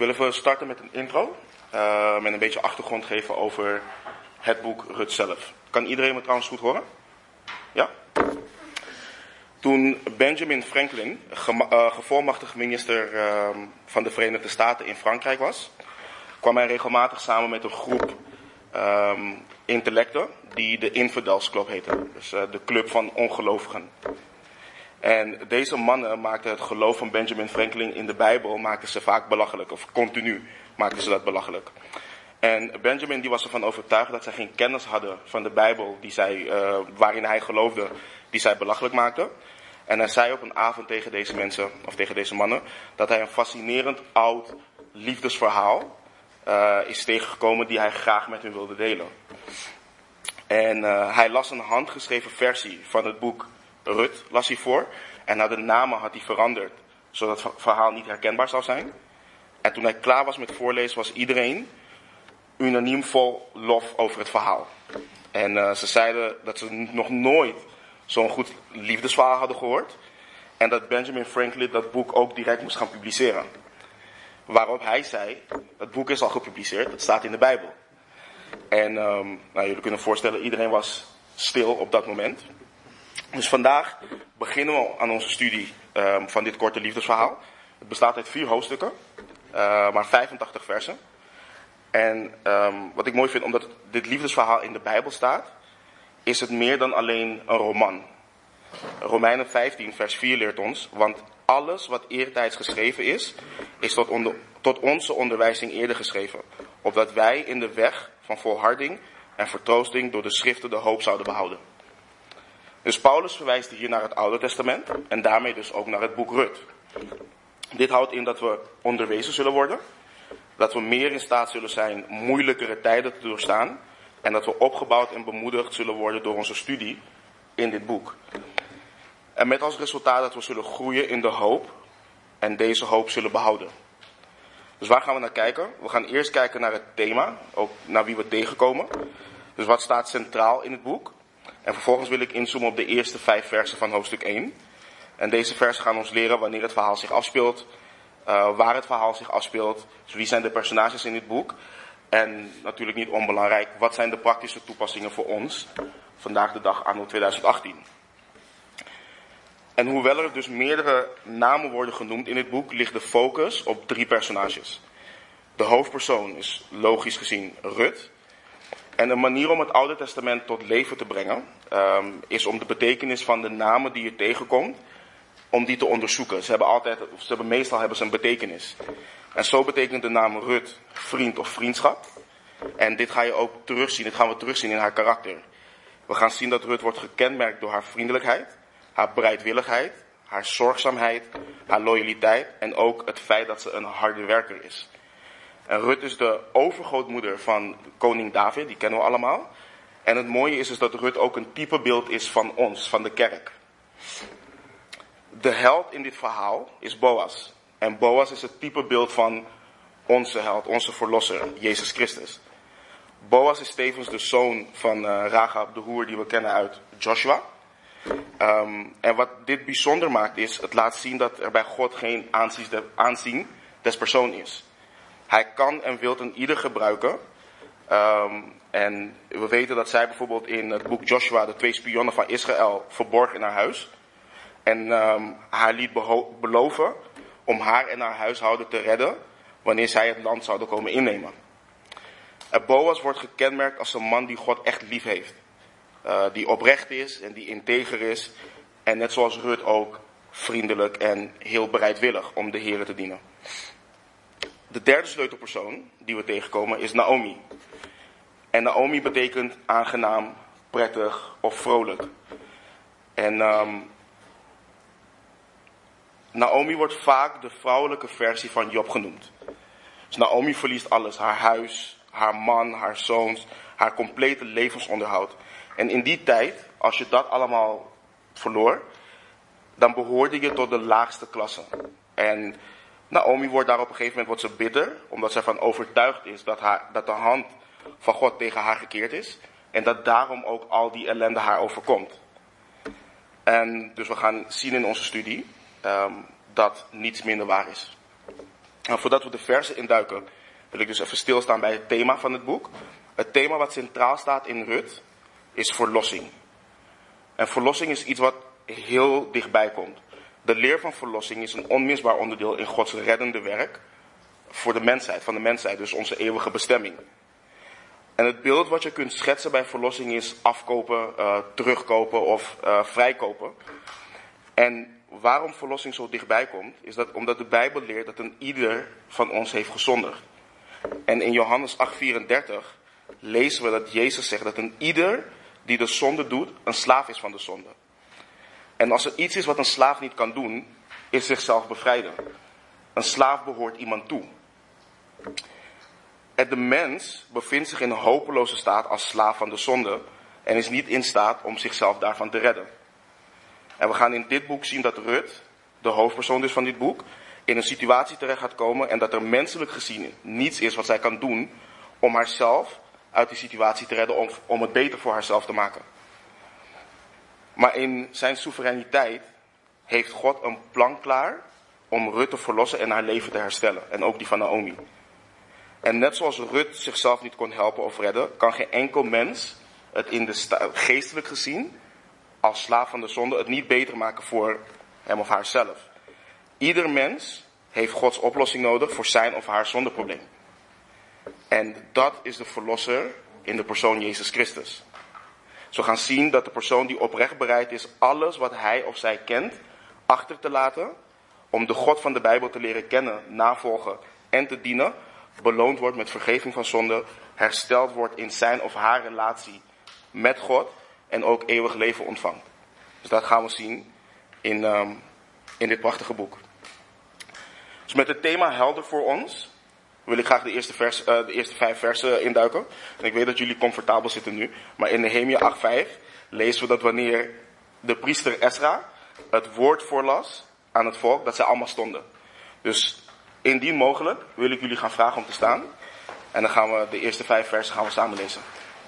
willen we starten met een intro. Met een beetje achtergrond geven over het boek Rut zelf. Kan iedereen me trouwens goed horen? Ja? Toen Benjamin Franklin gevolmachtigd minister van de Verenigde Staten in Frankrijk was, kwam hij regelmatig samen met een groep intellecten die de Infidels Club heette. Dus de club van ongelovigen. En deze mannen maakten het geloof van Benjamin Franklin in de Bijbel maakten ze vaak belachelijk. Of continu maakten ze dat belachelijk. En Benjamin die was ervan overtuigd dat zij geen kennis hadden van de Bijbel waarin hij geloofde, die zij belachelijk maakten. En hij zei op een avond tegen deze mensen, of tegen deze mannen, dat hij een fascinerend oud liefdesverhaal is tegengekomen die hij graag met hun wilde delen. En hij las een handgeschreven versie van het boek Rut, las hij voor. En de namen had hij veranderd, zodat het verhaal niet herkenbaar zou zijn. En toen hij klaar was met voorlezen, was iedereen unaniem vol lof over het verhaal. En ze zeiden dat ze nog nooit zo'n goed liefdesverhaal hadden gehoord. En dat Benjamin Franklin dat boek ook direct moest gaan publiceren. Waarop hij zei, het boek is al gepubliceerd, het staat in de Bijbel. En jullie kunnen voorstellen, iedereen was stil op dat moment. Dus vandaag beginnen we aan onze studie van dit korte liefdesverhaal. Het bestaat uit 4 hoofdstukken, maar 85 versen. En wat ik mooi vind, omdat dit liefdesverhaal in de Bijbel staat, is het meer dan alleen een roman. Romeinen 15 vers 4 leert ons, want alles wat eertijds geschreven is tot onze onderwijzing eerder geschreven. Opdat wij in de weg van volharding en vertroosting door de schriften de hoop zouden behouden. Dus Paulus verwijst hier naar het Oude Testament en daarmee dus ook naar het boek Rut. Dit houdt in dat we onderwezen zullen worden, dat we meer in staat zullen zijn moeilijkere tijden te doorstaan en dat we opgebouwd en bemoedigd zullen worden door onze studie in dit boek. En met als resultaat dat we zullen groeien in de hoop en deze hoop zullen behouden. Dus waar gaan we naar kijken? We gaan eerst kijken naar het thema, ook naar wie we tegenkomen. Dus wat staat centraal in het boek? En vervolgens wil ik inzoomen op de eerste 5 versen van hoofdstuk 1. En deze versen gaan ons leren wanneer het verhaal zich afspeelt, waar het verhaal zich afspeelt, dus wie zijn de personages in dit boek. En natuurlijk niet onbelangrijk, wat zijn de praktische toepassingen voor ons, vandaag de dag anno 2018. En hoewel er dus meerdere namen worden genoemd in dit boek, ligt de focus op 3 personages. De hoofdpersoon is logisch gezien Rut. En een manier om het Oude Testament tot leven te brengen, is om de betekenis van de namen die je tegenkomt, om die te onderzoeken. Meestal hebben ze een betekenis. En zo betekent de naam Rut vriend of vriendschap. En dit gaan we terugzien in haar karakter. We gaan zien dat Rut wordt gekenmerkt door haar vriendelijkheid, haar bereidwilligheid, haar zorgzaamheid, haar loyaliteit en ook het feit dat ze een harde werker is. En Rut is de overgrootmoeder van koning David, die kennen we allemaal. En het mooie is dat Rut ook een typebeeld is van ons, van de kerk. De held in dit verhaal is Boas. En Boas is het typebeeld van onze held, onze verlosser, Jezus Christus. Boas is tevens de zoon van Rahab, de hoer die we kennen uit Joshua. En wat dit bijzonder maakt is, het laat zien dat er bij God geen aanzien des persoon is. Hij kan en wil een ieder gebruiken. En we weten dat zij bijvoorbeeld in het boek Joshua de 2 spionnen van Israël verborg in haar huis. En haar liet beloven om haar en haar huishouden te redden wanneer zij het land zouden komen innemen. Boas wordt gekenmerkt als een man die God echt lief heeft. Die oprecht is en die integer is. En net zoals Rut ook vriendelijk en heel bereidwillig om de Heere te dienen. De derde sleutelpersoon die we tegenkomen is Naomi. En Naomi betekent aangenaam, prettig of vrolijk. En Naomi wordt vaak de vrouwelijke versie van Job genoemd. Dus Naomi verliest alles. Haar huis, haar man, haar zoons, haar complete levensonderhoud. En in die tijd, als je dat allemaal verloor, dan behoorde je tot de laagste klasse. En Naomi wordt daar op een gegeven moment wordt ze bitter, omdat ze ervan overtuigd is dat de hand van God tegen haar gekeerd is. En dat daarom ook al die ellende haar overkomt. En dus we gaan zien in onze studie dat niets minder waar is. En voordat we de versen induiken, wil ik dus even stilstaan bij het thema van het boek. Het thema wat centraal staat in Rut is verlossing. En verlossing is iets wat heel dichtbij komt. De leer van verlossing is een onmisbaar onderdeel in Gods reddende werk voor de mensheid, van de mensheid, dus onze eeuwige bestemming. En het beeld wat je kunt schetsen bij verlossing is afkopen, terugkopen of vrijkopen. En waarom verlossing zo dichtbij komt, is dat omdat de Bijbel leert dat een ieder van ons heeft gezondigd. En in Johannes 8:34 lezen we dat Jezus zegt dat een ieder die de zonde doet, een slaaf is van de zonde. En als er iets is wat een slaaf niet kan doen, is zichzelf bevrijden. Een slaaf behoort iemand toe. En de mens bevindt zich in een hopeloze staat als slaaf van de zonde en is niet in staat om zichzelf daarvan te redden. En we gaan in dit boek zien dat Rut, de hoofdpersoon dus van dit boek, in een situatie terecht gaat komen en dat er menselijk gezien niets is wat zij kan doen om haarzelf uit die situatie te redden, om het beter voor haarzelf te maken. Maar in zijn soevereiniteit heeft God een plan klaar om Rut te verlossen en haar leven te herstellen. En ook die van Naomi. En net zoals Rut zichzelf niet kon helpen of redden, kan geen enkel mens het in de geestelijk gezien, als slaaf van de zonde, het niet beter maken voor hem of haarzelf. Ieder mens heeft Gods oplossing nodig voor zijn of haar zondeprobleem. En dat is de verlosser in de persoon Jezus Christus. Zo gaan zien dat de persoon die oprecht bereid is alles wat hij of zij kent achter te laten, om de God van de Bijbel te leren kennen, navolgen en te dienen, beloond wordt met vergeving van zonde, hersteld wordt in zijn of haar relatie met God en ook eeuwig leven ontvangt. Dus dat gaan we zien in dit prachtige boek. Dus met het thema helder voor ons wil ik graag de eerste 5 versen induiken. En ik weet dat jullie comfortabel zitten nu. Maar in Nehemia 8:5 lezen we dat wanneer de priester Ezra het woord voorlas aan het volk, dat zij allemaal stonden. Dus indien mogelijk wil ik jullie gaan vragen om te staan. En dan gaan we de eerste 5 versen samen lezen.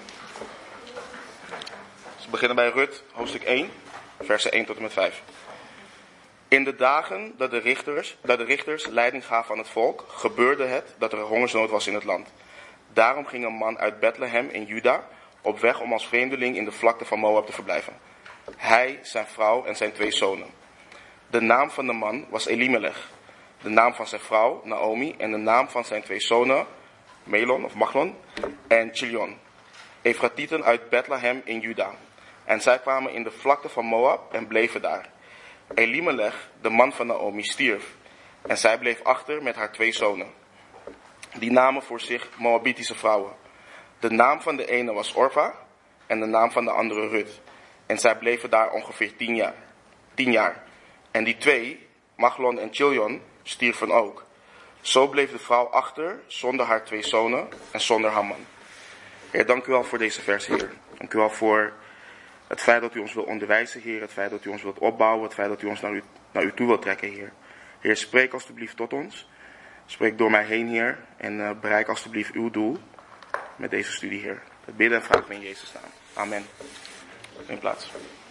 Dus we beginnen bij Rut, hoofdstuk 1, versen 1 tot en met 5. In de dagen dat de richters leiding gaven aan het volk, gebeurde het dat er hongersnood was in het land. Daarom ging een man uit Bethlehem in Juda op weg om als vreemdeling in de vlakte van Moab te verblijven. Hij, zijn vrouw en zijn 2 zonen. De naam van de man was Elimelech, de naam van zijn vrouw Naomi en de naam van zijn 2 zonen Machlon en Chilion, Efratieten uit Bethlehem in Juda. En zij kwamen in de vlakte van Moab en bleven daar. Elimelech, de man van Naomi, stierf en zij bleef achter met haar 2 zonen. Die namen voor zich Moabitische vrouwen. De naam van de ene was Orpa en de naam van de andere Rut. En zij bleven daar ongeveer 10 jaar. En die 2, Machlon en Chilion, stierven ook. Zo bleef de vrouw achter zonder haar 2 zonen en zonder haar man. Heer, dank u wel voor deze vers, Heer. Dank u wel voor het feit dat u ons wil onderwijzen, Heer. Het feit dat u ons wilt opbouwen. Het feit dat u ons naar u toe wilt trekken, Heer. Heer, spreek alstublieft tot ons. Spreek door mij heen, Heer. En bereik alstublieft uw doel met deze studie, Heer. Dat bidden en vragen we in Jezus' naam. Amen. Neem plaats.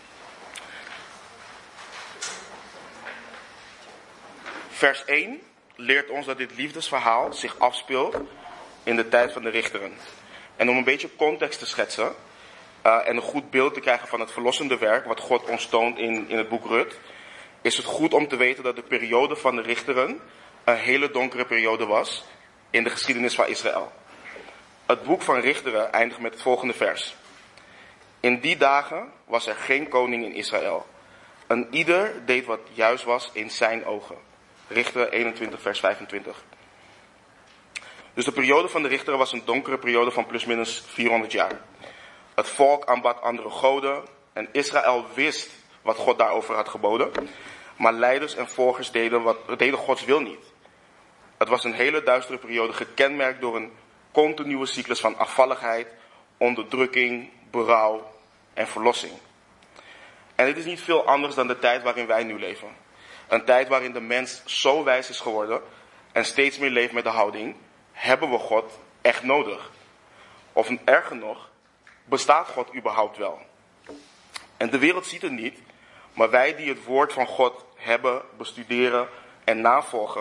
Vers 1 leert ons dat dit liefdesverhaal zich afspeelt in de tijd van de richteren. En om een beetje context te schetsen en een goed beeld te krijgen van het verlossende werk wat God ons toont in het boek Rut, is het goed om te weten dat de periode van de richteren een hele donkere periode was in de geschiedenis van Israël. Het boek van Richteren eindigt met het volgende vers. In die dagen was er geen koning in Israël. Een ieder deed wat juist was in zijn ogen. Richteren 21 vers 25. Dus de periode van de Richteren was een donkere periode van plusminus 400 jaar. Het volk aanbad andere goden en Israël wist wat God daarover had geboden. Maar leiders en volgers deden Gods wil niet. Het was een hele duistere periode gekenmerkt door een continue cyclus van afvalligheid, onderdrukking, berouw en verlossing. En dit is niet veel anders dan de tijd waarin wij nu leven. Een tijd waarin de mens zo wijs is geworden en steeds meer leeft met de houding, hebben we God echt nodig? Of erger nog, bestaat God überhaupt wel? En de wereld ziet het niet, maar wij die het woord van God hebben, bestuderen en navolgen,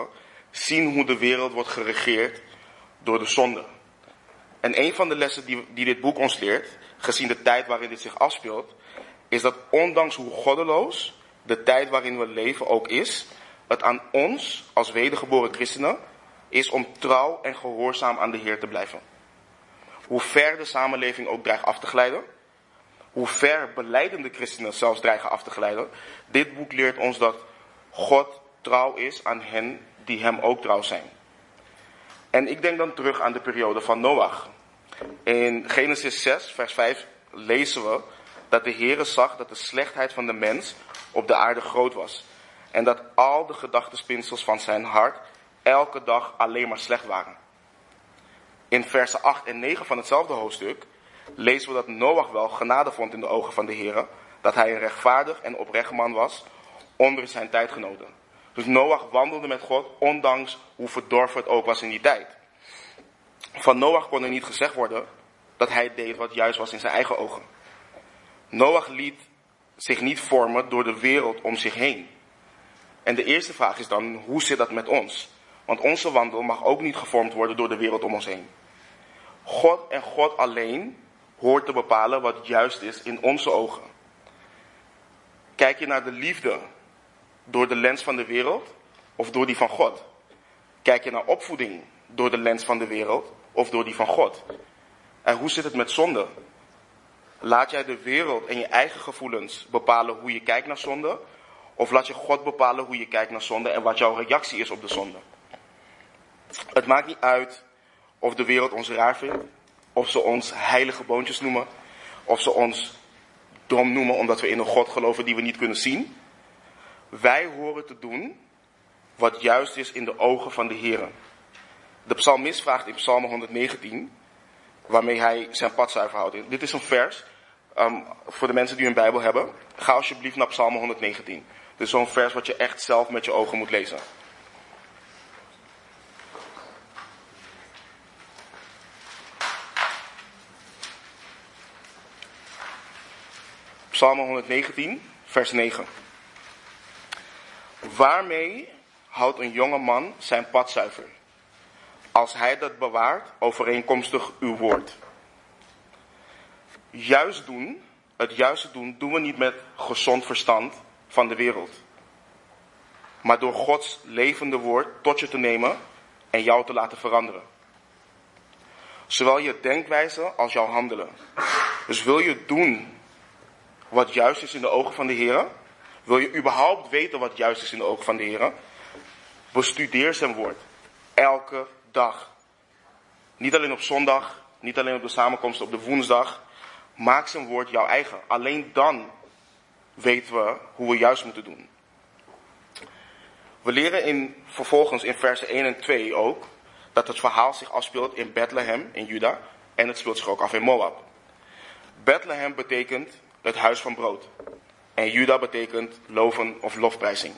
zien hoe de wereld wordt geregeerd door de zonde. En een van de lessen die dit boek ons leert, gezien de tijd waarin dit zich afspeelt, is dat ondanks hoe goddeloos de tijd waarin we leven ook is, het aan ons als wedergeboren christenen is om trouw en gehoorzaam aan de Heer te blijven. Hoe ver de samenleving ook dreigt af te glijden, hoe ver belijdende christenen zelfs dreigen af te glijden, dit boek leert ons dat God trouw is aan hen die hem ook trouw zijn. En ik denk dan terug aan de periode van Noach. In Genesis 6, vers 5 lezen we dat de Heere zag dat de slechtheid van de mens op de aarde groot was. En dat al de gedachtespinsels van zijn hart elke dag alleen maar slecht waren. In versen 8 en 9 van hetzelfde hoofdstuk lezen we dat Noach wel genade vond in de ogen van de Heere. Dat hij een rechtvaardig en oprecht man was onder zijn tijdgenoten. Dus Noach wandelde met God, ondanks hoe verdorven het ook was in die tijd. Van Noach kon er niet gezegd worden dat hij deed wat juist was in zijn eigen ogen. Noach liet zich niet vormen door de wereld om zich heen. En de eerste vraag is dan, hoe zit dat met ons? Want onze wandel mag ook niet gevormd worden door de wereld om ons heen. God en God alleen hoort te bepalen wat juist is in onze ogen. Kijk je naar de liefde door de lens van de wereld of door die van God? Kijk je naar opvoeding door de lens van de wereld of door die van God? En hoe zit het met zonde? Laat jij de wereld en je eigen gevoelens bepalen hoe je kijkt naar zonde? Of laat je God bepalen hoe je kijkt naar zonde en wat jouw reactie is op de zonde? Het maakt niet uit of de wereld ons raar vindt, of ze ons heilige boontjes noemen, of ze ons dom noemen omdat we in een God geloven die we niet kunnen zien. Wij horen te doen wat juist is in de ogen van de Heer. De psalmist vraagt in Psalm 119, waarmee hij zijn pad zuiver houdt. Dit is een vers, voor de mensen die hun Bijbel hebben. Ga alsjeblieft naar Psalm 119. Dit is zo'n vers wat je echt zelf met je ogen moet lezen. Psalm 119, vers 9. Waarmee houdt een jonge man zijn pad zuiver? Als hij dat bewaart overeenkomstig uw woord. Juist doen, het juiste doen we niet met gezond verstand van de wereld. Maar door Gods levende woord tot je te nemen en jou te laten veranderen. Zowel je denkwijze als jouw handelen. Dus wil je doen wat juist is in de ogen van de Heer? Wil je überhaupt weten wat juist is in de ogen van de Heer? Bestudeer zijn woord. Elke dag. Niet alleen op zondag, niet alleen op de samenkomst op de woensdag. Maak zijn woord jouw eigen. Alleen dan weten we hoe we juist moeten doen. We leren vervolgens in versen 1 en 2 ook dat het verhaal zich afspeelt in Bethlehem in Juda en het speelt zich ook af in Moab. Bethlehem betekent het huis van brood en Juda betekent loven of lofprijzing.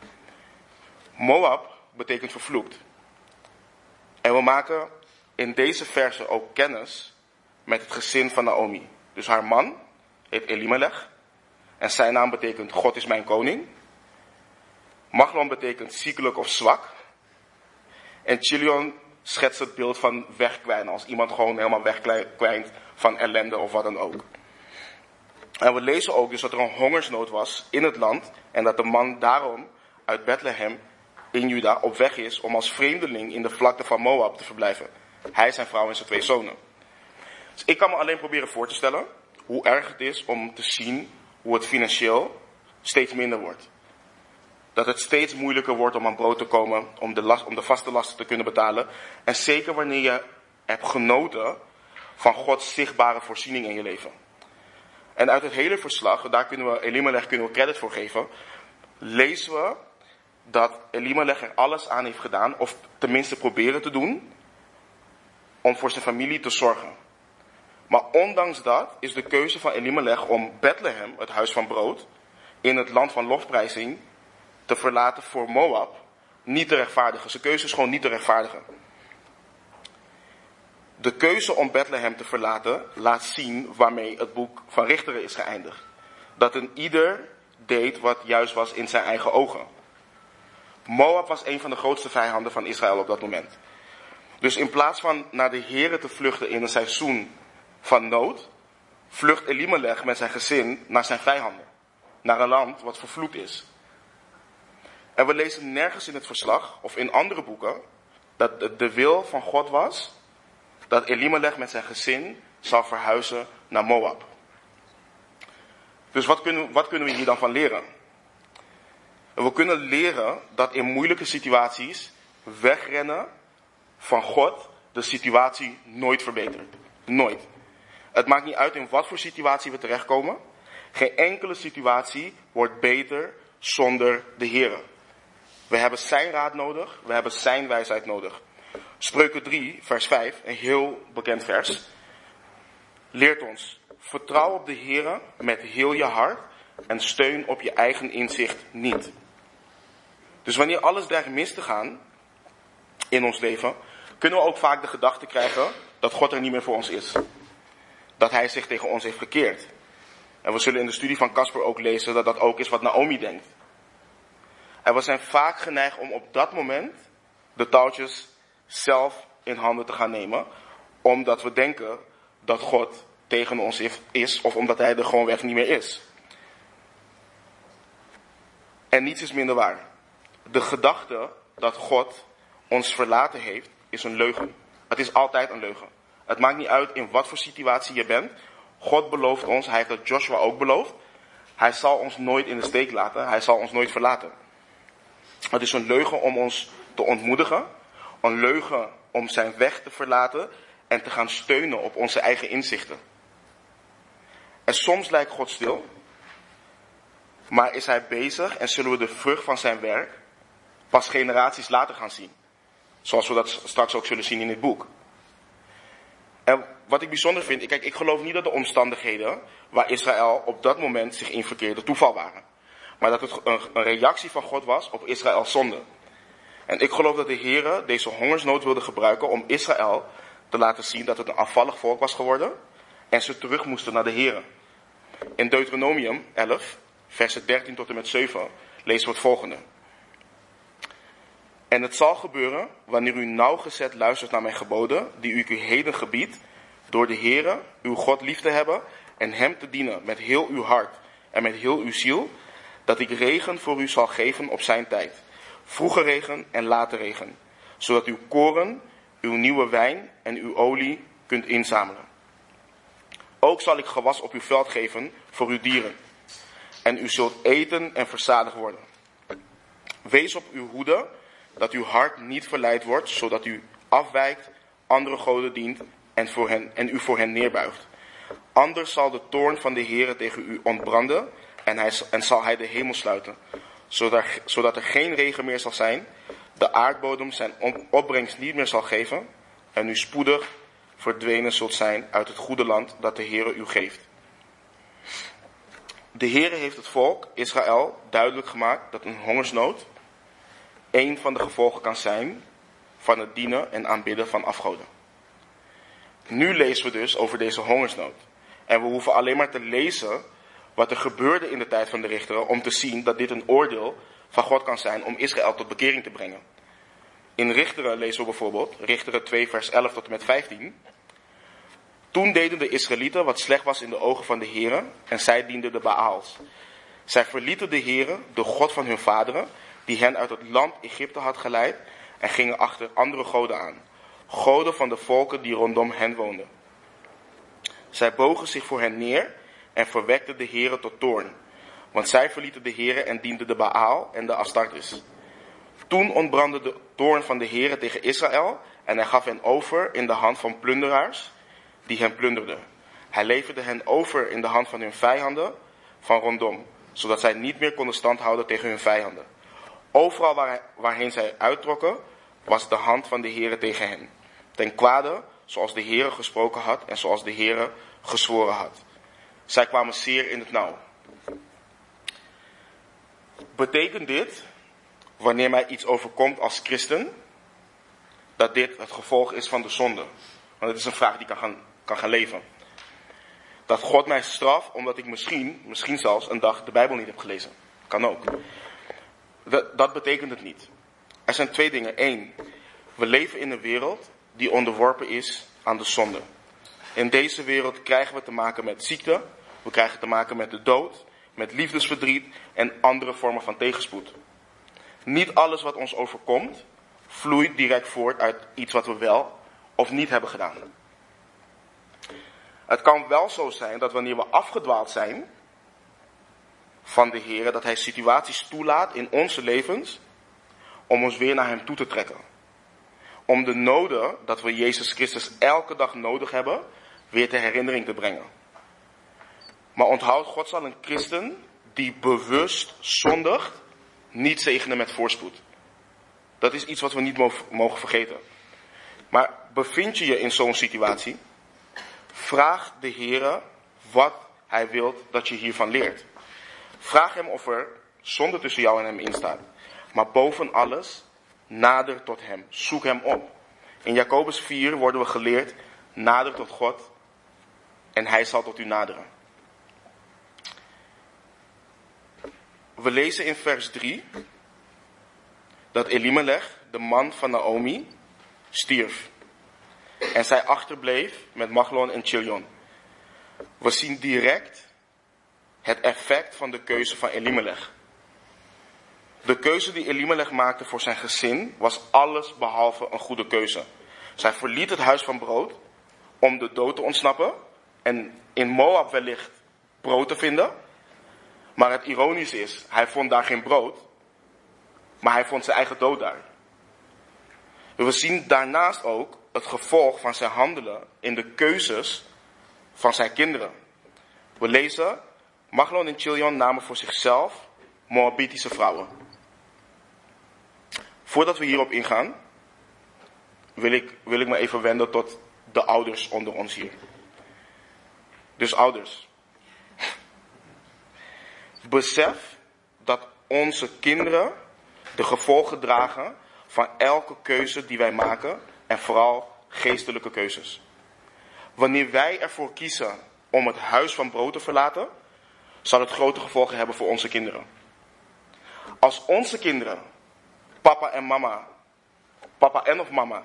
Moab betekent vervloekt. En we maken in deze versen ook kennis met het gezin van Naomi. Dus haar man heet Elimelech en zijn naam betekent God is mijn koning. Maglon betekent ziekelijk of zwak. En Chilion schetst het beeld van wegkwijnen. Als iemand gewoon helemaal wegkwijnt van ellende of wat dan ook. En we lezen ook dus dat er een hongersnood was in het land. En dat de man daarom uit Bethlehem in Juda op weg is om als vreemdeling in de vlakte van Moab te verblijven. Hij, zijn vrouw en zijn 2 zonen. Dus ik kan me alleen proberen voor te stellen hoe erg het is om te zien hoe het financieel steeds minder wordt. Dat het steeds moeilijker wordt om aan brood te komen, om de vaste lasten te kunnen betalen. En zeker wanneer je hebt genoten van Gods zichtbare voorziening in je leven. En uit het hele verslag, daar kunnen we Elimelech credit voor geven, lezen we dat Elimelech er alles aan heeft gedaan, of tenminste proberen te doen, om voor zijn familie te zorgen. Maar ondanks dat is de keuze van Elimelech om Bethlehem, het huis van brood, in het land van lofprijzing, te verlaten voor Moab, niet te rechtvaardigen. Zijn keuze is gewoon niet te rechtvaardigen. De keuze om Bethlehem te verlaten laat zien waarmee het boek van Richteren is geëindigd. Dat een ieder deed wat juist was in zijn eigen ogen. Moab was een van de grootste vijanden van Israël op dat moment. Dus in plaats van naar de Here te vluchten in een seizoen van nood, vlucht Elimelech met zijn gezin naar zijn vijanden. Naar een land wat vervloekt is. En we lezen nergens in het verslag, of in andere boeken, dat het de wil van God was dat Elimelech met zijn gezin zou verhuizen naar Moab. Dus wat kunnen we hier dan van leren? We kunnen leren dat in moeilijke situaties wegrennen van God de situatie nooit verbetert. Nooit. Het maakt niet uit in wat voor situatie we terechtkomen. Geen enkele situatie wordt beter zonder de Here. We hebben zijn raad nodig. We hebben zijn wijsheid nodig. Spreuken 3, vers 5, een heel bekend vers, leert ons: vertrouw op de Here met heel je hart en steun op je eigen inzicht niet. Dus wanneer alles dreigt mis te gaan in ons leven, kunnen we ook vaak de gedachte krijgen dat God er niet meer voor ons is. Dat hij zich tegen ons heeft gekeerd. En we zullen in de studie van Casper ook lezen dat dat ook is wat Naomi denkt. En we zijn vaak geneigd om op dat moment de touwtjes zelf in handen te gaan nemen, omdat we denken dat God tegen ons is, of omdat hij er gewoonweg niet meer is. En niets is minder waar. De gedachte dat God ons verlaten heeft, is een leugen. Het is altijd een leugen. Het maakt niet uit in wat voor situatie je bent. God belooft ons, hij heeft dat Joshua ook beloofd, hij zal ons nooit in de steek laten, hij zal ons nooit verlaten. Het is een leugen om ons te ontmoedigen, een leugen om zijn weg te verlaten en te gaan steunen op onze eigen inzichten. En soms lijkt God stil, maar is hij bezig en zullen we de vrucht van zijn werk pas generaties later gaan zien. Zoals we dat straks ook zullen zien in dit boek. En wat ik bijzonder vind, ik geloof niet dat de omstandigheden waar Israël op dat moment zich in verkeerde toeval waren. Maar dat het een reactie van God was op Israëls zonde. En ik geloof dat de Heere deze hongersnood wilde gebruiken om Israël te laten zien dat het een afvallig volk was geworden. En ze terug moesten naar de Heere. In Deuteronomium 11, versen 13 tot en met 7, lezen we het volgende. En het zal gebeuren, wanneer u nauwgezet luistert naar mijn geboden, die ik u heden gebied, door de Heere, uw God lief te hebben en hem te dienen met heel uw hart en met heel uw ziel, dat ik regen voor u zal geven op zijn tijd. Vroege regen en late regen. Zodat uw koren, uw nieuwe wijn en uw olie kunt inzamelen. Ook zal ik gewas op uw veld geven voor uw dieren. En u zult eten en verzadigd worden. Wees op uw hoede, dat uw hart niet verleid wordt, zodat u afwijkt, andere goden dient en u voor hen neerbuigt. Anders zal de toorn van de Heere tegen u ontbranden en zal hij de hemel sluiten, zodat er geen regen meer zal zijn, de aardbodem zijn opbrengst niet meer zal geven en u spoedig verdwenen zult zijn uit het goede land dat de Heere u geeft. De Heere heeft het volk, Israël, duidelijk gemaakt dat een hongersnood een van de gevolgen kan zijn van het dienen en aanbidden van afgoden. Nu lezen we dus over deze hongersnood. En we hoeven alleen maar te lezen wat er gebeurde in de tijd van de richteren om te zien dat dit een oordeel van God kan zijn om Israël tot bekering te brengen. In Richteren lezen we bijvoorbeeld, Richteren 2 vers 11 tot en met 15. Toen deden de Israëlieten wat slecht was in de ogen van de Heere en zij dienden de Baals. Zij verlieten de Heere, de God van hun vaderen, die hen uit het land Egypte had geleid en gingen achter andere goden aan. Goden van de volken die rondom hen woonden. Zij bogen zich voor hen neer en verwekten de Heere tot toorn. Want zij verlieten de Heere en dienden de Baal en de Astartes. Toen ontbrandde de toorn van de Heere tegen Israël en hij gaf hen over in de hand van plunderaars die hen plunderden. Hij leverde hen over in de hand van hun vijanden van rondom, zodat zij niet meer konden standhouden tegen hun vijanden. Overal waarheen zij uittrokken, was de hand van de Heere tegen hen. Ten kwade, zoals de Heere gesproken had en zoals de Heere gezworen had. Zij kwamen zeer in het nauw. Betekent dit, wanneer mij iets overkomt als christen, dat dit het gevolg is van de zonde? Want het is een vraag die kan gaan leven. Dat God mij straft omdat ik misschien zelfs een dag de Bijbel niet heb gelezen. Kan ook. Dat betekent het niet. Er zijn 2 dingen. 1, we leven in een wereld die onderworpen is aan de zonde. In deze wereld krijgen we te maken met ziekte, we krijgen te maken met de dood, met liefdesverdriet en andere vormen van tegenspoed. Niet alles wat ons overkomt, vloeit direct voort uit iets wat we wel of niet hebben gedaan. Het kan wel zo zijn dat wanneer we afgedwaald zijn van de Heer, dat Hij situaties toelaat in onze levens om ons weer naar Hem toe te trekken. Om de noden dat we Jezus Christus elke dag nodig hebben, weer ter herinnering te brengen. Maar onthoud, God zal een christen die bewust zondigt, niet zegenen met voorspoed. Dat is iets wat we niet mogen vergeten. Maar bevind je je in zo'n situatie, vraag de Heere wat Hij wil dat je hiervan leert. Vraag Hem of er zonde tussen jou en Hem in staat. Maar boven alles, nader tot Hem. Zoek Hem op. In Jacobus 4 worden we geleerd, nader tot God en Hij zal tot u naderen. We lezen in vers 3 dat Elimelech, de man van Naomi, stierf. En zij achterbleef met Mahlon en Chilion. We zien direct het effect van de keuze van Elimelech. De keuze die Elimelech maakte voor zijn gezin was alles behalve een goede keuze. Zij verliet het huis van brood om de dood te ontsnappen en in Moab wellicht brood te vinden. Maar het ironische is, hij vond daar geen brood, maar hij vond zijn eigen dood daar. We zien daarnaast ook het gevolg van zijn handelen in de keuzes van zijn kinderen. We lezen, Mahlon en Chilion namen voor zichzelf Moabitische vrouwen. Voordat we hierop ingaan, wil ik me even wenden tot de ouders onder ons hier. Dus ouders, besef dat onze kinderen de gevolgen dragen van elke keuze die wij maken en vooral geestelijke keuzes. Wanneer wij ervoor kiezen om het huis van brood te verlaten, zal het grote gevolgen hebben voor onze kinderen. Als onze kinderen, papa en of mama,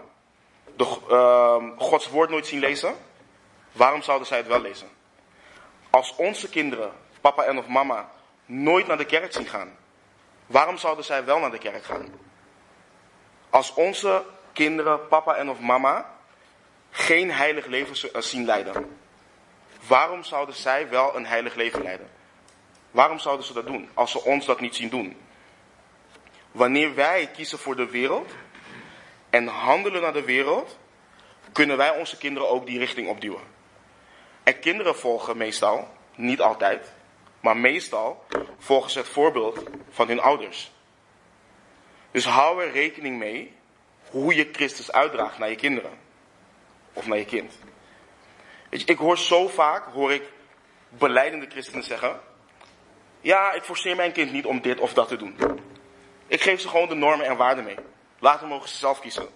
Gods woord nooit zien lezen, waarom zouden zij het wel lezen? Als onze kinderen, papa en of mama, nooit naar de kerk zien gaan, waarom zouden zij wel naar de kerk gaan? Als onze kinderen, papa en of mama, geen heilig leven zien leiden, waarom zouden zij wel een heilig leven leiden? Waarom zouden ze dat doen, als ze ons dat niet zien doen? Wanneer wij kiezen voor de wereld en handelen naar de wereld, kunnen wij onze kinderen ook die richting opduwen. En kinderen volgen meestal, niet altijd, maar meestal volgen ze het voorbeeld van hun ouders. Dus hou er rekening mee hoe je Christus uitdraagt naar je kinderen. Of naar je kind. Weet je, ik hoor zo vaak belijdende christenen zeggen, ja, ik forceer mijn kind niet om dit of dat te doen. Ik geef ze gewoon de normen en waarden mee. Later mogen ze zelf kiezen.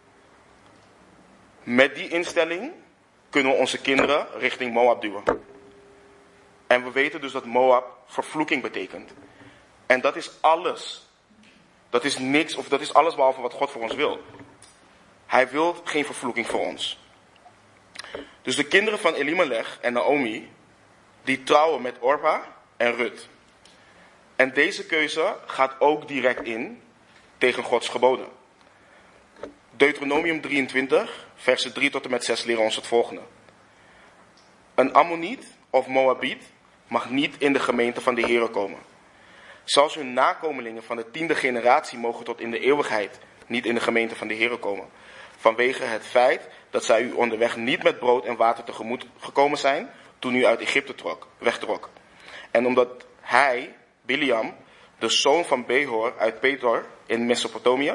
Met die instelling kunnen we onze kinderen richting Moab duwen. En we weten dus dat Moab vervloeking betekent. En dat is alles. Dat is niks, of dat is alles behalve wat God voor ons wil. Hij wil geen vervloeking voor ons. Dus de kinderen van Elimelech en Naomi, die trouwen met Orpa en Rut. En deze keuze gaat ook direct in tegen Gods geboden. Deuteronomium 23, versen 3 tot en met 6 leren ons het volgende. Een Ammoniet of Moabiet mag niet in de gemeente van de Heere komen. Zelfs hun nakomelingen van de 10e generatie mogen tot in de eeuwigheid niet in de gemeente van de Heere komen. Vanwege het feit dat zij u onderweg niet met brood en water tegemoet gekomen zijn toen u uit Egypte wegtrok. En omdat hij, Biliam, de zoon van Behor uit Petor in Mesopotamië,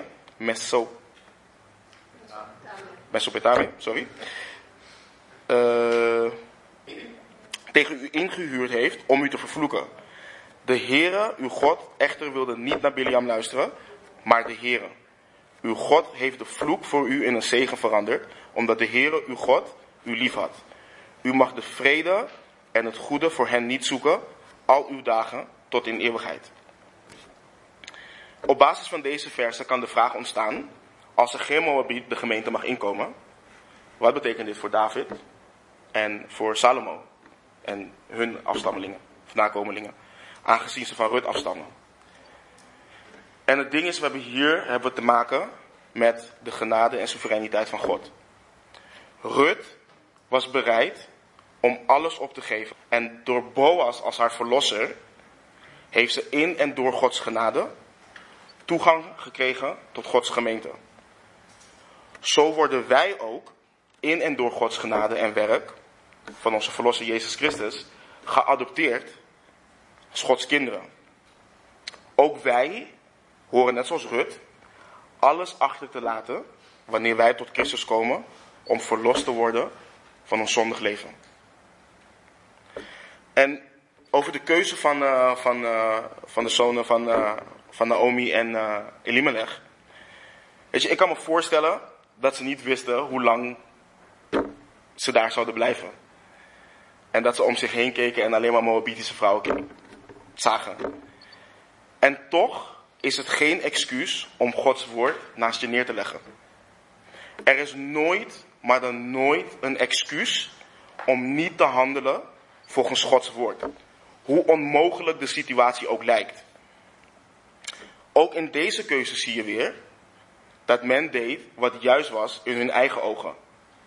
tegen u ingehuurd heeft om u te vervloeken. De Heere, uw God, echter wilde niet naar Biliam luisteren, maar de Heere. Uw God heeft de vloek voor u in een zegen veranderd, omdat de Heere, uw God, u lief had. U mag de vrede en het goede voor hen niet zoeken, al uw dagen tot in eeuwigheid. Op basis van deze versen kan de vraag ontstaan, als er geen Moabiet de gemeente mag inkomen, wat betekent dit voor David en voor Salomo en hun afstammelingen, of nakomelingen, aangezien ze van Rut afstammen? En het ding is, hebben we te maken met de genade en soevereiniteit van God. Rut was bereid om alles op te geven. En door Boas als haar verlosser heeft ze in en door Gods genade toegang gekregen tot Gods gemeente. Zo worden wij ook in en door Gods genade en werk van onze verlosser Jezus Christus geadopteerd als Gods kinderen. Ook wij horen net zoals Rut alles achter te laten wanneer wij tot Christus komen om verlost te worden van ons zondig leven. En over de keuze van de zonen van Naomi en Elimelech. Weet je, ik kan me voorstellen dat ze niet wisten hoe lang ze daar zouden blijven. En dat ze om zich heen keken en alleen maar Moabitische vrouwen zagen. En toch is het geen excuus om Gods woord naast je neer te leggen. Er is nooit, maar dan nooit een excuus om niet te handelen volgens Gods woord. Hoe onmogelijk de situatie ook lijkt. Ook in deze keuze zie je weer dat men deed wat juist was in hun eigen ogen.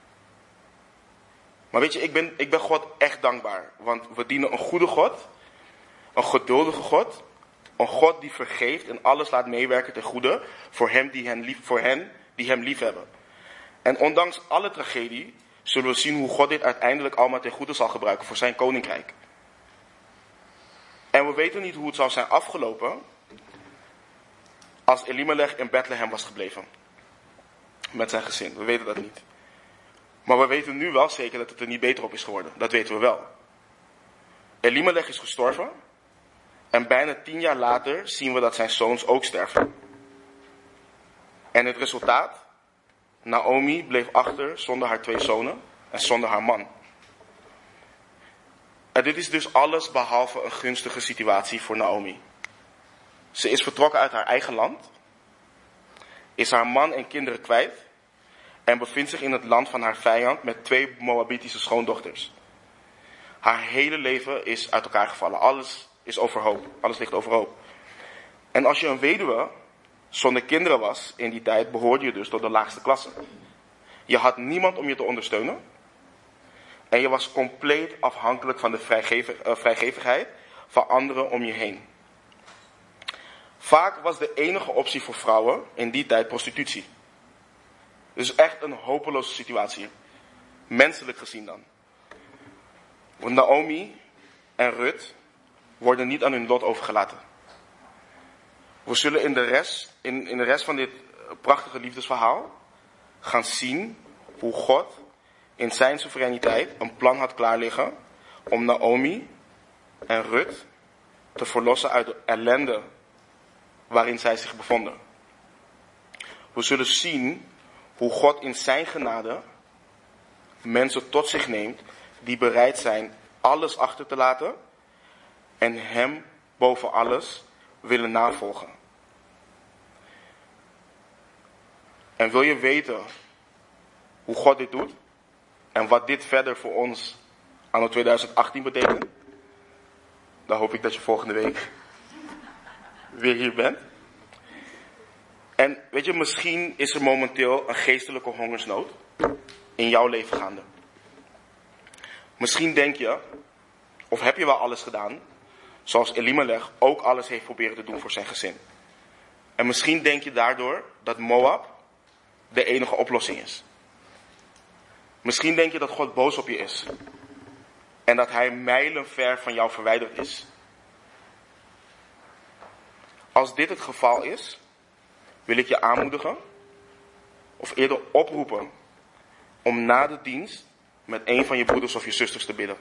Maar weet je, ik ben God echt dankbaar. Want we dienen een goede God, een geduldige God, een God die vergeeft en alles laat meewerken ten goede voor hen die hem lief hebben. En ondanks alle tragedie zullen we zien hoe God dit uiteindelijk allemaal ten goede zal gebruiken voor zijn koninkrijk. En we weten niet hoe het zou zijn afgelopen als Elimelech in Bethlehem was gebleven. Met zijn gezin. We weten dat niet. Maar we weten nu wel zeker dat het er niet beter op is geworden. Dat weten we wel. Elimelech is gestorven. En bijna 10 jaar later zien we dat zijn zoons ook sterven. En het resultaat? Naomi bleef achter zonder haar 2 zonen en zonder haar man. En dit is dus alles behalve een gunstige situatie voor Naomi. Ze is vertrokken uit haar eigen land, is haar man en kinderen kwijt en bevindt zich in het land van haar vijand met 2 Moabitische schoondochters. Haar hele leven is uit elkaar gevallen. Alles is overhoop. Alles ligt overhoop. En als je een weduwe zonder kinderen was in die tijd, behoorde je dus tot de laagste klasse. Je had niemand om je te ondersteunen. En je was compleet afhankelijk van de vrijgevigheid van anderen om je heen. Vaak was de enige optie voor vrouwen in die tijd prostitutie. Dus echt een hopeloze situatie. Menselijk gezien dan. Want Naomi en Rut worden niet aan hun lot overgelaten. We zullen in de rest van dit prachtige liefdesverhaal gaan zien hoe God in zijn soevereiniteit een plan had klaar liggen om Naomi en Rut te verlossen uit de ellende waarin zij zich bevonden. We zullen zien hoe God in zijn genade mensen tot zich neemt die bereid zijn alles achter te laten en hem boven alles willen navolgen. En wil je weten hoe God dit doet en wat dit verder voor ons anno 2018 betekent? Dan hoop ik dat je volgende week weer hier bent. En weet je, misschien is er momenteel een geestelijke hongersnood in jouw leven gaande. Misschien denk je, of heb je wel alles gedaan, zoals Elimelech ook alles heeft proberen te doen voor zijn gezin. En misschien denk je daardoor dat Moab de enige oplossing is. Misschien denk je dat God boos op je is. En dat hij mijlenver van jou verwijderd is. Als dit het geval is, wil ik je aanmoedigen, of eerder oproepen, om na de dienst met een van je broeders of je zusters te bidden.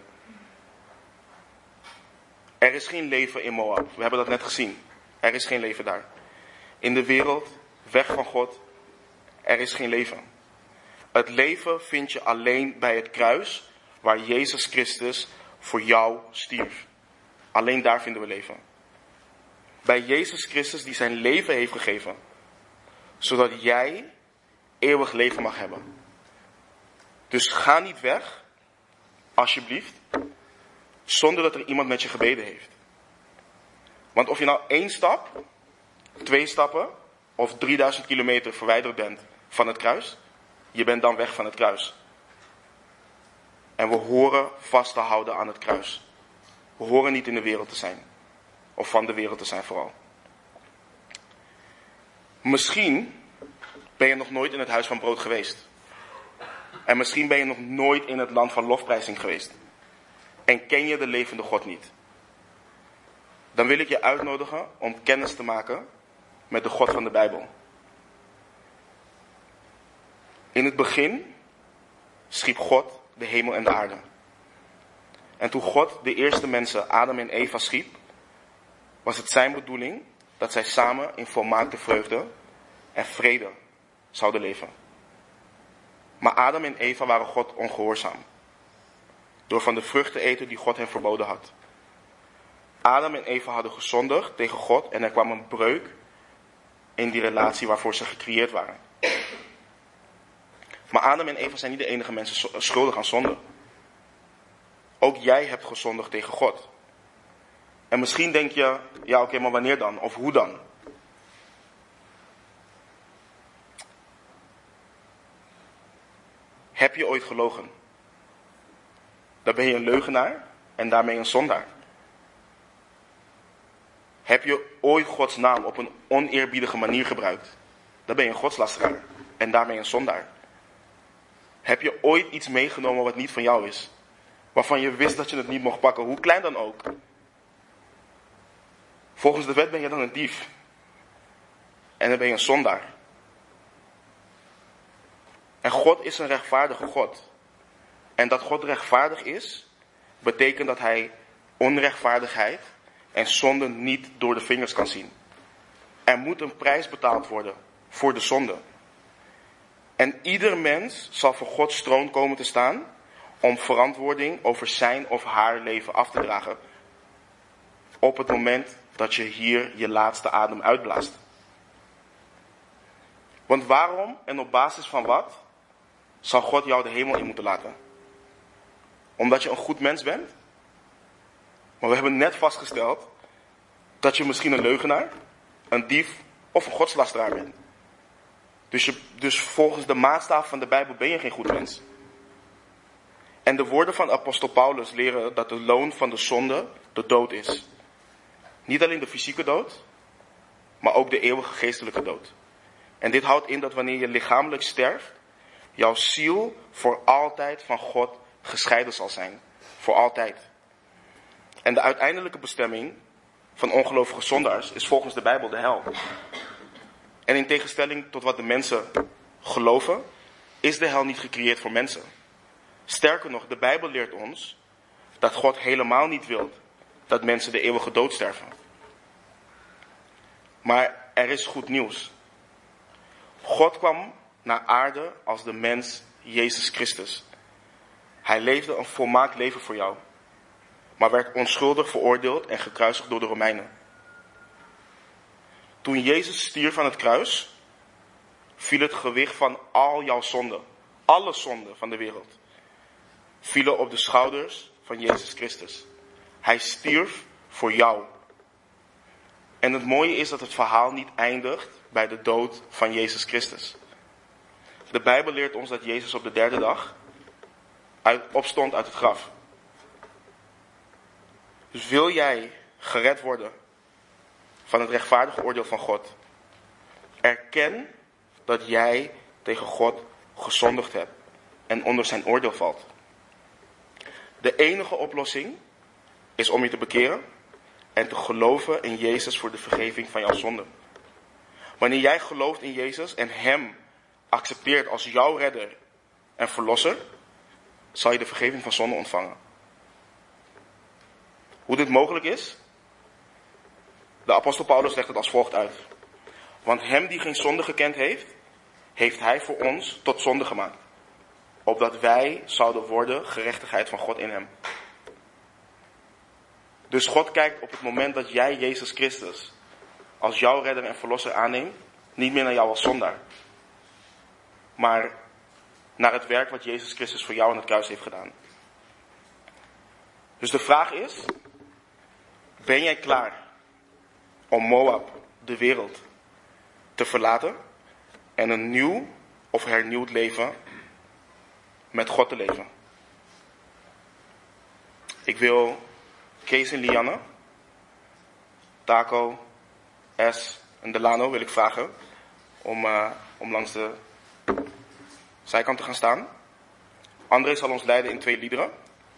Er is geen leven in Moab. We hebben dat net gezien. Er is geen leven daar. In de wereld, weg van God, er is geen leven. Het leven vind je alleen bij het kruis waar Jezus Christus voor jou stierf. Alleen daar vinden we leven. Bij Jezus Christus die zijn leven heeft gegeven. Zodat jij eeuwig leven mag hebben. Dus ga niet weg, alsjeblieft, zonder dat er iemand met je gebeden heeft. Want of je nou 1 stap, 2 stappen of 3000 kilometer verwijderd bent van het kruis, je bent dan weg van het kruis. En we horen vast te houden aan het kruis. We horen niet in de wereld te zijn. Of van de wereld te zijn vooral. Misschien ben je nog nooit in het huis van brood geweest. En misschien ben je nog nooit in het land van lofprijzing geweest. En ken je de levende God niet. Dan wil ik je uitnodigen om kennis te maken met de God van de Bijbel. In het begin schiep God de hemel en de aarde. En toen God de eerste mensen, Adam en Eva, schiep, was het zijn bedoeling dat zij samen in volmaakte vreugde en vrede zouden leven. Maar Adam en Eva waren God ongehoorzaam. Door van de vrucht te eten die God hen verboden had. Adam en Eva hadden gezondigd tegen God en er kwam een breuk in die relatie waarvoor ze gecreëerd waren. Maar Adam en Eva zijn niet de enige mensen schuldig aan zonde. Ook jij hebt gezondigd tegen God. En misschien denk je, ja oké, maar wanneer dan? Of hoe dan? Heb je ooit gelogen? Dan ben je een leugenaar en daarmee een zondaar. Heb je ooit Gods naam op een oneerbiedige manier gebruikt? Dan ben je een godslasteraar en daarmee een zondaar. Heb je ooit iets meegenomen wat niet van jou is? Waarvan je wist dat je het niet mocht pakken, hoe klein dan ook? Volgens de wet ben je dan een dief. En dan ben je een zondaar. En God is een rechtvaardige God. En dat God rechtvaardig is, betekent dat hij onrechtvaardigheid en zonde niet door de vingers kan zien. Er moet een prijs betaald worden voor de zonde. En ieder mens zal voor Gods troon komen te staan om verantwoording over zijn of haar leven af te dragen. Op het moment dat je hier je laatste adem uitblaast. Want waarom en op basis van wat zal God jou de hemel in moeten laten? Omdat je een goed mens bent? Maar we hebben net vastgesteld dat je misschien een leugenaar, een dief of een godslasteraar bent. Dus volgens de maatstaf van de Bijbel ben je geen goed mens. En de woorden van apostel Paulus leren dat de loon van de zonde de dood is. Niet alleen de fysieke dood, maar ook de eeuwige geestelijke dood. En dit houdt in dat wanneer je lichamelijk sterft, jouw ziel voor altijd van God gescheiden zal zijn. Voor altijd. En de uiteindelijke bestemming van ongelovige zondaars is volgens de Bijbel de hel. En in tegenstelling tot wat de mensen geloven, is de hel niet gecreëerd voor mensen. Sterker nog, de Bijbel leert ons dat God helemaal niet wil dat mensen de eeuwige dood sterven. Maar er is goed nieuws. God kwam naar aarde als de mens Jezus Christus. Hij leefde een volmaakt leven voor jou, maar werd onschuldig veroordeeld en gekruisigd door de Romeinen. Toen Jezus stierf aan het kruis, viel het gewicht van al jouw zonden, alle zonden van de wereld, vielen op de schouders van Jezus Christus. Hij stierf voor jou. En het mooie is dat het verhaal niet eindigt bij de dood van Jezus Christus. De Bijbel leert ons dat Jezus op de 3e dag opstond uit het graf. Dus wil jij gered worden van het rechtvaardige oordeel van God? Erken dat jij tegen God gezondigd hebt en onder zijn oordeel valt. De enige oplossing is om je te bekeren en te geloven in Jezus voor de vergeving van jouw zonden. Wanneer jij gelooft in Jezus en hem accepteert als jouw redder en verlosser, zal je de vergeving van zonde ontvangen. Hoe dit mogelijk is? De apostel Paulus legt het als volgt uit. Want hem die geen zonde gekend heeft, heeft hij voor ons tot zonde gemaakt. Opdat wij zouden worden gerechtigheid van God in hem. Dus God kijkt op het moment dat jij Jezus Christus als jouw redder en verlosser aanneemt, niet meer naar jou als zondaar, maar naar het werk wat Jezus Christus voor jou aan het kruis heeft gedaan. Dus de vraag is, ben jij klaar om Moab, de wereld, te verlaten en een nieuw of hernieuwd leven met God te leven? Ik wil Kees en Lianne, Taco, S en Delano wil ik vragen om langs de zijkant te gaan staan. André zal ons leiden in 2 liederen.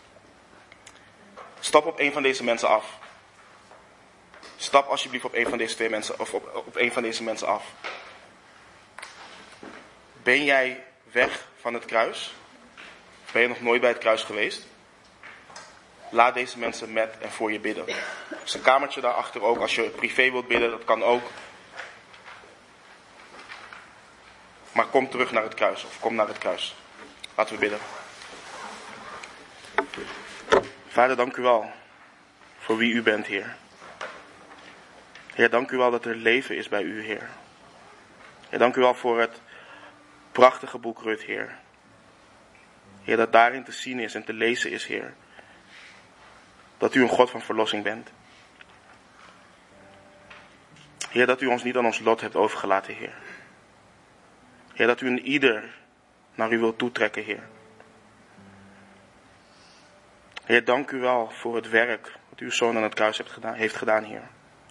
Stap op een van deze mensen af. Stap alsjeblieft op een van deze 2 mensen, of op een van deze mensen af. Ben jij weg van het kruis? Ben je nog nooit bij het kruis geweest? Laat deze mensen met en voor je bidden. Er is een kamertje daarachter ook. Als je privé wilt bidden, dat kan ook. Maar kom terug naar het kruis. Of kom naar het kruis. Laten we bidden. Vader, dank u wel voor wie u bent, Heer. Heer, dank u wel dat er leven is bij u, Heer. Heer, dank u wel voor het prachtige boek Rut, Heer. Heer, dat daarin te zien is en te lezen is, Heer. Dat u een God van verlossing bent. Heer, dat u ons niet aan ons lot hebt overgelaten, Heer. Heer, dat u een ieder naar u wilt toetrekken, Heer. Heer, dank u wel voor het werk wat uw Zoon aan het kruis heeft gedaan, Heer.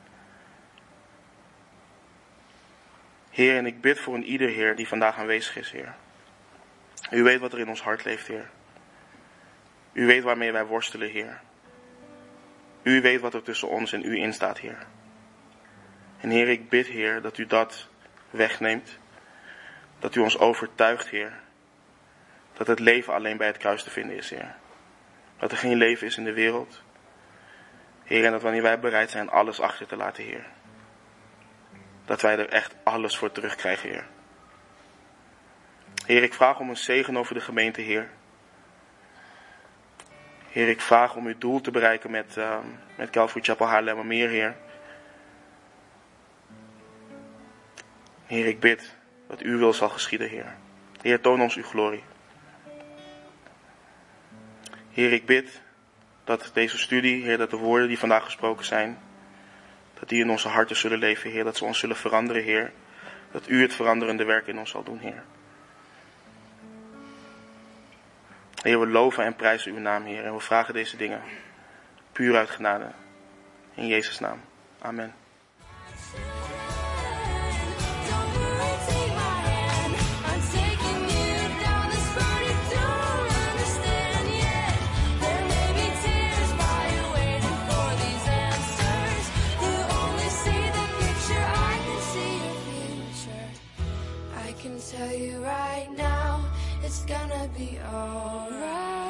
Heer, en ik bid voor een ieder, Heer, die vandaag aanwezig is, Heer. U weet wat er in ons hart leeft, Heer. U weet waarmee wij worstelen, Heer. U weet wat er tussen ons en u in staat, Heer. En Heer, ik bid, Heer, dat u dat wegneemt. Dat u ons overtuigt, Heer. Dat het leven alleen bij het kruis te vinden is, Heer. Dat er geen leven is in de wereld. Heer, en dat wanneer wij bereid zijn alles achter te laten, Heer. Dat wij er echt alles voor terugkrijgen, Heer. Heer, ik vraag om een zegen over de gemeente, Heer. Heer, ik vraag om uw doel te bereiken met Calvary Chapel Haarlemmermeer, Heer. Heer, ik bid dat uw wil zal geschieden, Heer. Heer, toon ons uw glorie. Heer, ik bid dat deze studie, Heer, dat de woorden die vandaag gesproken zijn, dat die in onze harten zullen leven, Heer. Dat ze ons zullen veranderen, Heer. Dat u het veranderende werk in ons zal doen, Heer. Heer, we loven en prijzen uw naam, Heer. En we vragen deze dingen puur uit genade. In Jezus' naam. Amen. Tell you right now, it's gonna be alright.